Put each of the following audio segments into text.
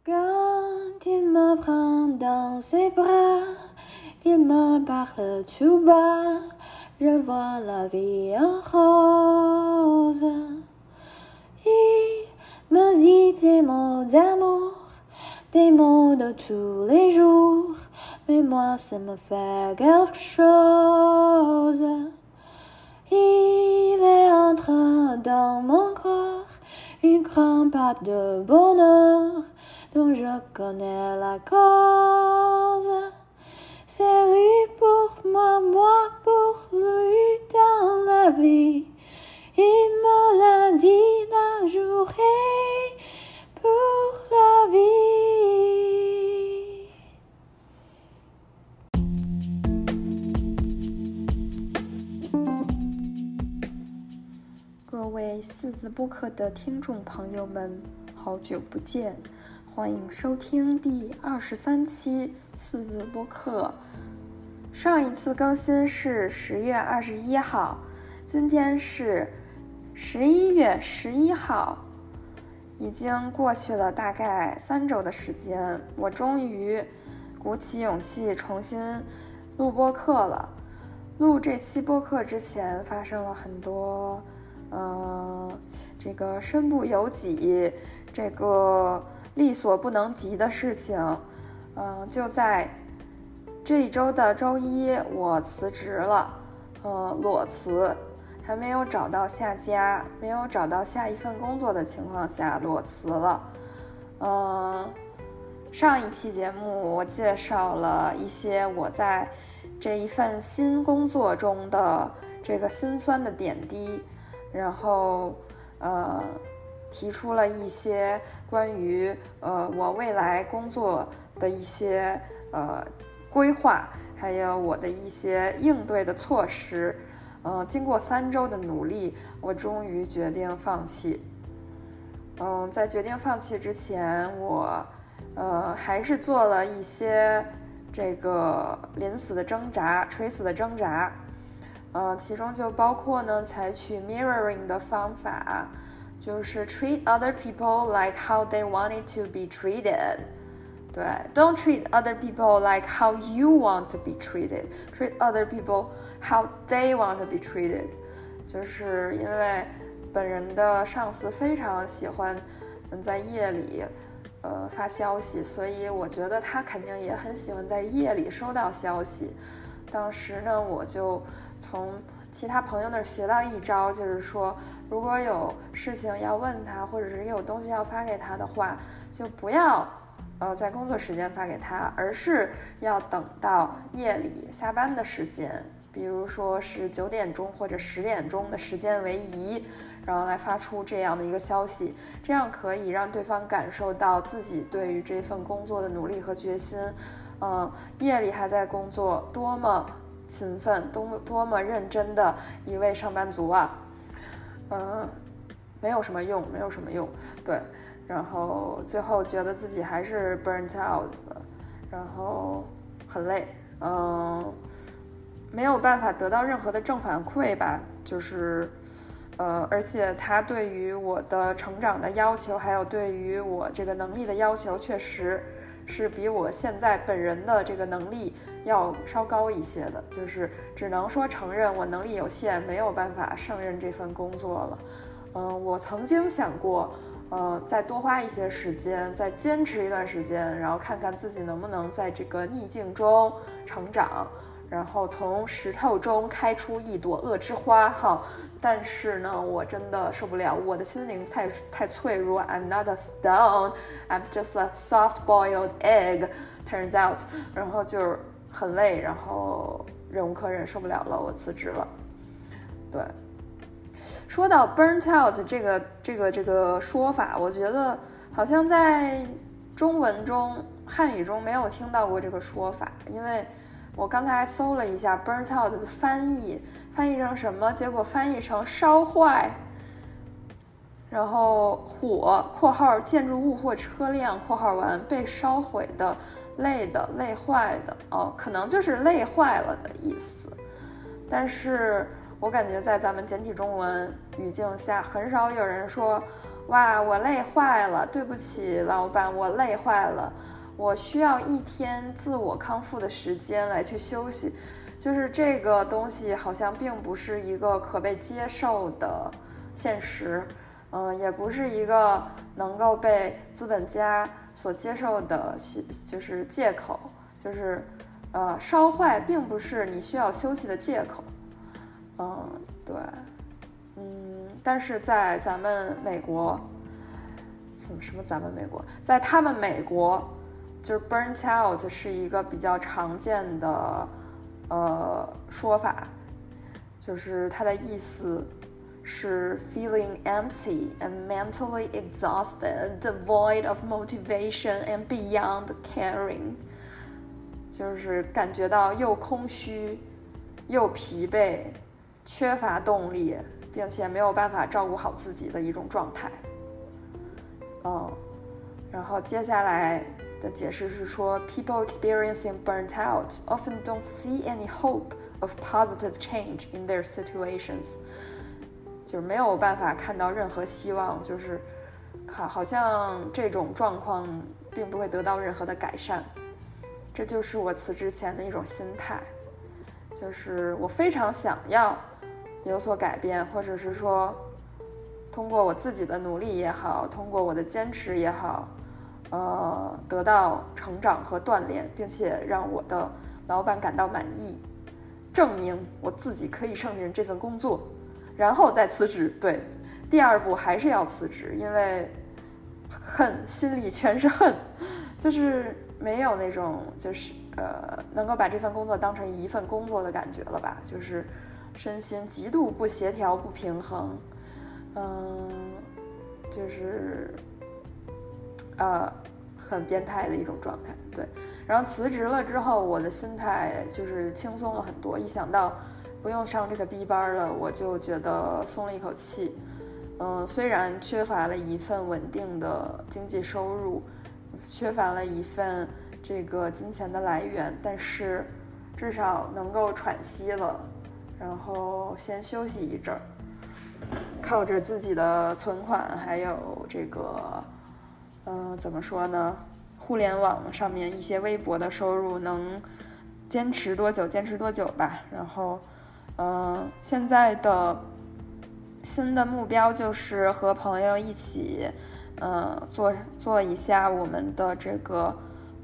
Quand il me prend dans ses bras, qu'il me parle tout bas, je vois la vie en rose. Il me dit des mots d'amour, des mots de tous les jours, mais moi ça me fait quelque chose. Il est entré dans mon corps une grande part de bonheur dont je connais la cause. C'est lui pour moi, moi pour lui dans la vie. Il me l'a dit la journée pour la vie。各位四字播客的听众朋友们，好久不见，欢迎收听第23期四字播客。上一次更新是10月21号，今天是11月11号，已经过去了大概3周的时间，我终于鼓起勇气重新录播客了。录这期播客之前发生了很多这个身不由己，这个力所不能及的事情。就在这一周的周一，我辞职了，裸辞，还没有找到下家，没有找到下一份工作的情况下裸辞了。上一期节目我介绍了一些我在这一份新工作中的这个辛酸的点滴，然后提出了一些关于我未来工作的一些规划，还有我的一些应对的措施。经过3周的努力，我终于决定放弃。在决定放弃之前，我还是做了一些这个临死的挣扎、垂死的挣扎。其中就包括呢，采取 mirroring 的方法，就是 treat other people like how they wanted to be treated。对 ，don't treat other people like how you want to be treated. Treat other people how they want to be treated。就是因为本人的上司非常喜欢在夜里发消息，所以我觉得他肯定也很喜欢在夜里收到消息。当时呢，我就从其他朋友那儿学到一招，就是说如果有事情要问他，或者是有东西要发给他的话，就不要在工作时间发给他，而是要等到夜里下班的时间，比如说是9点钟或者10点钟的时间为宜，然后来发出这样的一个消息，这样可以让对方感受到自己对于这份工作的努力和决心。夜里还在工作，多么勤奋，多么认真的一位上班族啊！没有什么用，对。然后最后觉得自己还是 burnt out 了，然后很累，没有办法得到任何的正反馈吧，就是而且他对于我的成长的要求，还有对于我这个能力的要求，确实是比我现在本人的这个能力要稍高一些的，就是只能说承认我能力有限，没有办法胜任这份工作了。我曾经想过再多花一些时间，再坚持一段时间，然后看看自己能不能在这个逆境中成长，然后从石头中开出一朵恶之花哈。但是呢，我真的受不了，我的心灵太脆弱。I'm not a stone, I'm just a soft-boiled egg. Turns out， 然后就是很累，然后忍无可忍，受不了了，我辞职了。对。说到 burnt out 这个说法，我觉得好像在中文中、汉语中没有听到过这个说法，因为我刚才搜了一下 burnt out 的翻译成什么，结果翻译成烧坏，然后火（括号建筑物或车辆）（括号完）被烧毁的、累的、累坏的，可能就是累坏了的意思，但是我感觉在咱们简体中文语境下，很少有人说哇，我累坏了，对不起老板，我累坏了，我需要1天自我康复的时间来去休息，就是这个东西好像并不是一个可被接受的现实，也不是一个能够被资本家所接受的，就是借口，就是烧坏并不是你需要休息的借口，对，但是在咱们美国，什么咱们美国，在他们美国，就是 burnt out 是一个比较常见的说法，就是它的意思是 feeling empty and mentally exhausted, devoid of motivation and beyond caring， 就是感觉到又空虚又疲惫，缺乏动力，并且没有办法照顾好自己的一种状态。然后接下来的解释是说 people experiencing burnt out often don't see any hope of positive change in their situations， 就是没有办法看到任何希望，就是好像这种状况并不会得到任何的改善。这就是我辞职前的一种心态，就是我非常想要有所改变，或者是说通过我自己的努力也好，通过我的坚持也好，得到成长和锻炼，并且让我的老板感到满意，证明我自己可以胜任这份工作，然后再辞职。对，第2步还是要辞职，因为恨，心里全是恨，就是没有那种就是能够把这份工作当成一份工作的感觉了吧，就是身心极度不协调不平衡，就是很变态的一种状态。对，然后辞职了之后，我的心态就是轻松了很多，一想到不用上这个逼班了，我就觉得松了一口气。虽然缺乏了一份稳定的经济收入，缺乏了一份这个金钱的来源，但是至少能够喘息了，然后先休息一阵儿，靠着自己的存款，还有这个怎么说呢，互联网上面一些微薄的收入，能坚持多久坚持多久吧。然后现在的新的目标就是和朋友一起做一下我们的这个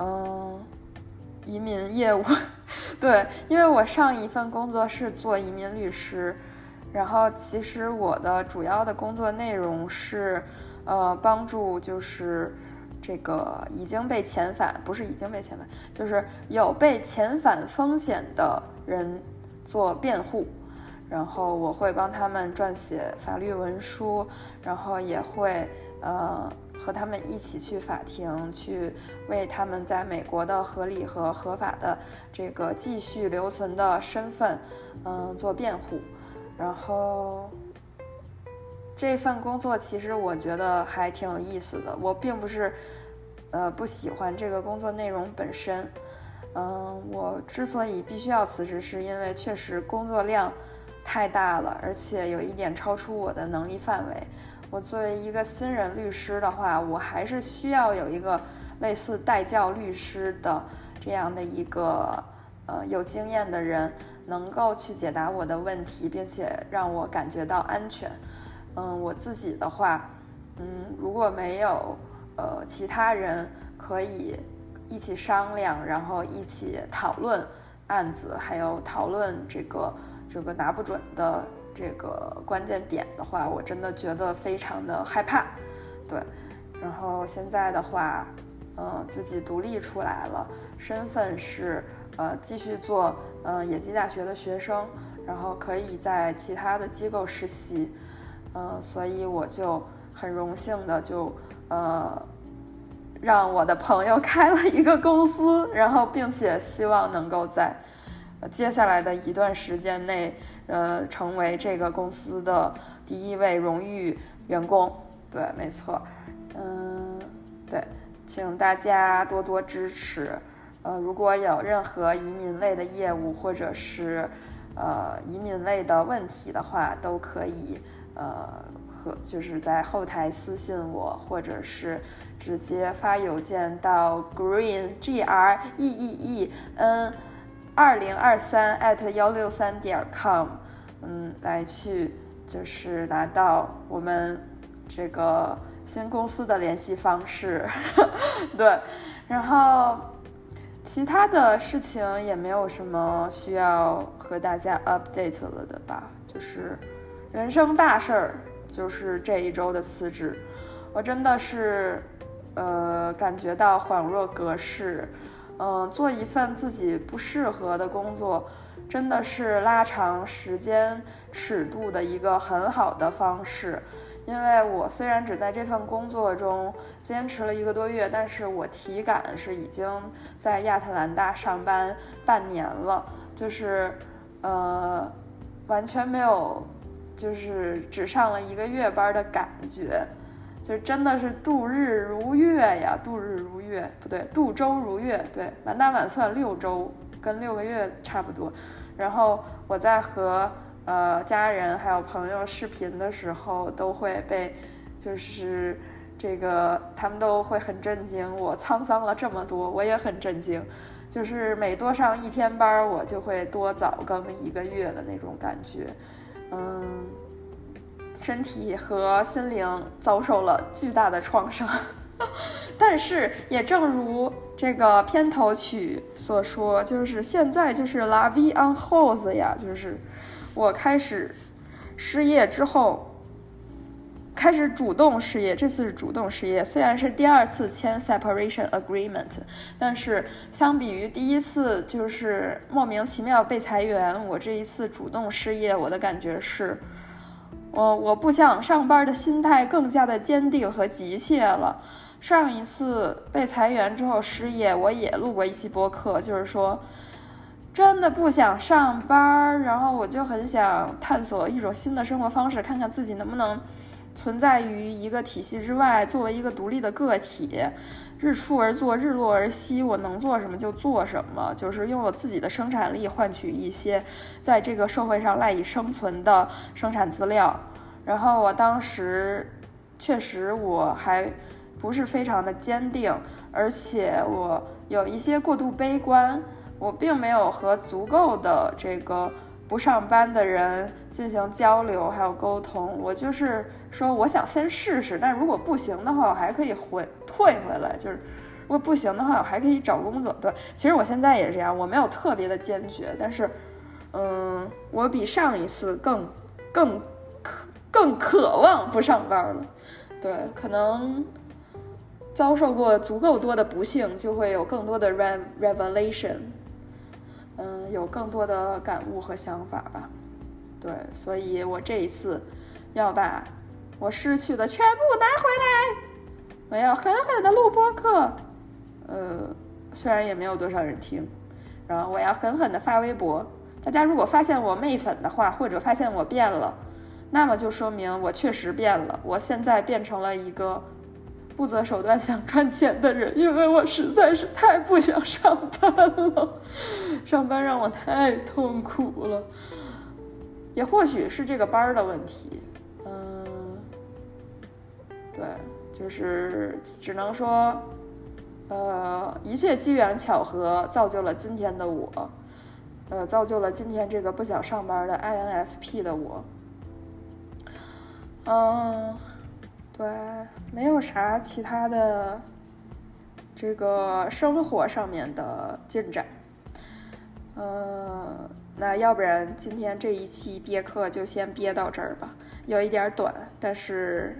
移民业务对，因为我上一份工作是做移民律师，然后其实我的主要的工作内容是帮助就是这个已经被遣返，不是已经被遣返，就是有被遣返风险的人做辩护，然后我会帮他们撰写法律文书，然后也会和他们一起去法庭，去为他们在美国的合理和合法的这个继续留存的身份做辩护。然后这份工作其实我觉得还挺有意思的，我并不是不喜欢这个工作内容本身。我之所以必须要辞职，是因为确实工作量太大了，而且有一点超出我的能力范围。我作为一个新人律师的话，我还是需要有一个类似代教律师的这样的一个有经验的人，能够去解答我的问题，并且让我感觉到安全。我自己的话，如果没有其他人可以一起商量，然后一起讨论案子，还有讨论这个拿不准的这个关键点的话，我真的觉得非常的害怕。对，然后现在的话自己独立出来了，身份是继续做野鸡大学的学生，然后可以在其他的机构实习，所以我就很荣幸的就让我的朋友开了一个公司，然后并且希望能够在接下来的一段时间内成为这个公司的第一位荣誉员工。对，没错。对，请大家多多支持。如果有任何移民类的业务或者是移民类的问题的话，都可以就是在后台私信我，或者是直接发邮件到 green2023@163.com，来去就是拿到我们这个新公司的联系方式。对，然后其他的事情也没有什么需要和大家 update 了的吧，就是人生大事儿，就是这一周的辞职。我真的是感觉到恍若隔世。做一份自己不适合的工作，真的是拉长时间尺度的一个很好的方式。因为我虽然只在这份工作中坚持了1个多月，但是我体感是已经在亚特兰大上班半年了，就是完全没有就是只上了1个月班的感觉，就真的是度日如月呀，度日如月不对，度周如月，对，满打满算6周，跟6个月差不多。然后我在和家人还有朋友视频的时候，都会被就是这个他们都会很震惊，我沧桑了这么多，我也很震惊，就是每多上1天班，我就会多早更1个月的那种感觉。身体和心灵遭受了巨大的创伤。但是也正如这个片头曲所说，就是现在就是 La vie en rose 呀，就是我开始失业之后开始主动失业，这次是主动失业，虽然是第2次签 separation agreement， 但是相比于第1次就是莫名其妙被裁员，我这一次主动失业，我的感觉是我不想上班的心态更加的坚定和急切了。上一次被裁员之后失业，我也录过一期播客，就是说真的不想上班，然后我就很想探索一种新的生活方式，看看自己能不能存在于一个体系之外，作为一个独立的个体，日出而作，日落而息，我能做什么就做什么，就是用我自己的生产力换取一些在这个社会上赖以生存的生产资料。然后我当时确实我还不是非常的坚定，而且我有一些过度悲观，我并没有和足够的这个不上班的人进行交流还有沟通，我就是说我想先试试，但如果不行的话我还可以退回来，就是如果不行的话我还可以找工作。对，其实我现在也是这样，我没有特别的坚决，但是我比上一次更渴望不上班了。对，可能遭受过足够多的不幸，就会有更多的 revelation， 有更多的感悟和想法吧。对，所以我这一次要把我失去的全部拿回来，我要狠狠的录播客，虽然也没有多少人听，然后我要狠狠的发微博。大家如果发现我媚粉的话，或者发现我变了，那么就说明我确实变了，我现在变成了一个不择手段想赚钱的人，因为我实在是太不想上班了，上班让我太痛苦了，也或许是这个班的问题。对，就是只能说一切机缘巧合造就了今天的我，造就了今天这个不想上班的 INFP 的我。对，没有啥其他的这个生活上面的进展。那要不然今天这一期憋课就先憋到这儿吧，有一点短，但是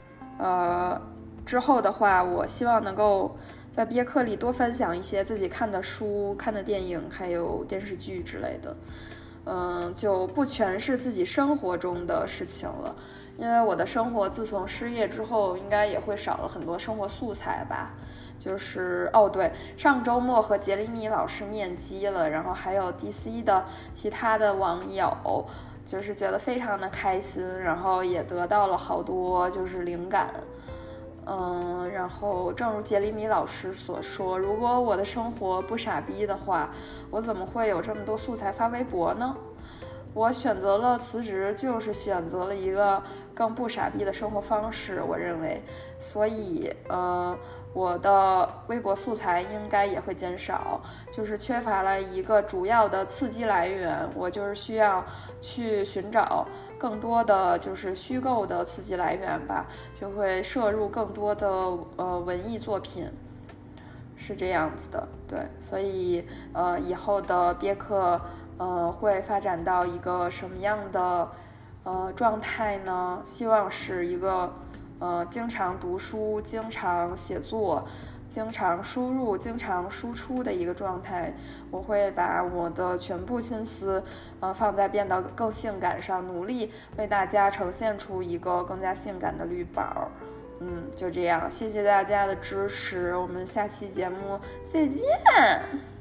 之后的话我希望能够在憋课里多分享一些自己看的书、看的电影还有电视剧之类的，就不全是自己生活中的事情了，因为我的生活自从失业之后应该也会少了很多生活素材吧。就是对，上周末和杰里米老师面基了，然后还有 DC 的其他的网友，就是觉得非常的开心，然后也得到了好多就是灵感。然后正如杰里米老师所说，如果我的生活不傻逼的话，我怎么会有这么多素材发微博呢？ 我选择了辞职，就是选择了一个更不傻逼的生活方式，我认为，所以我的微博素材应该也会减少，就是缺乏了一个主要的刺激来源，我就是需要去寻找更多的就是虚构的刺激来源吧，就会摄入更多的文艺作品，是这样子的，对，所以以后的憋客会发展到一个什么样的状态呢？希望是一个经常读书、经常写作、经常输入、经常输出的一个状态。我会把我的全部心思放在变得更性感上，努力为大家呈现出一个更加性感的绿宝。就这样，谢谢大家的支持，我们下期节目再见。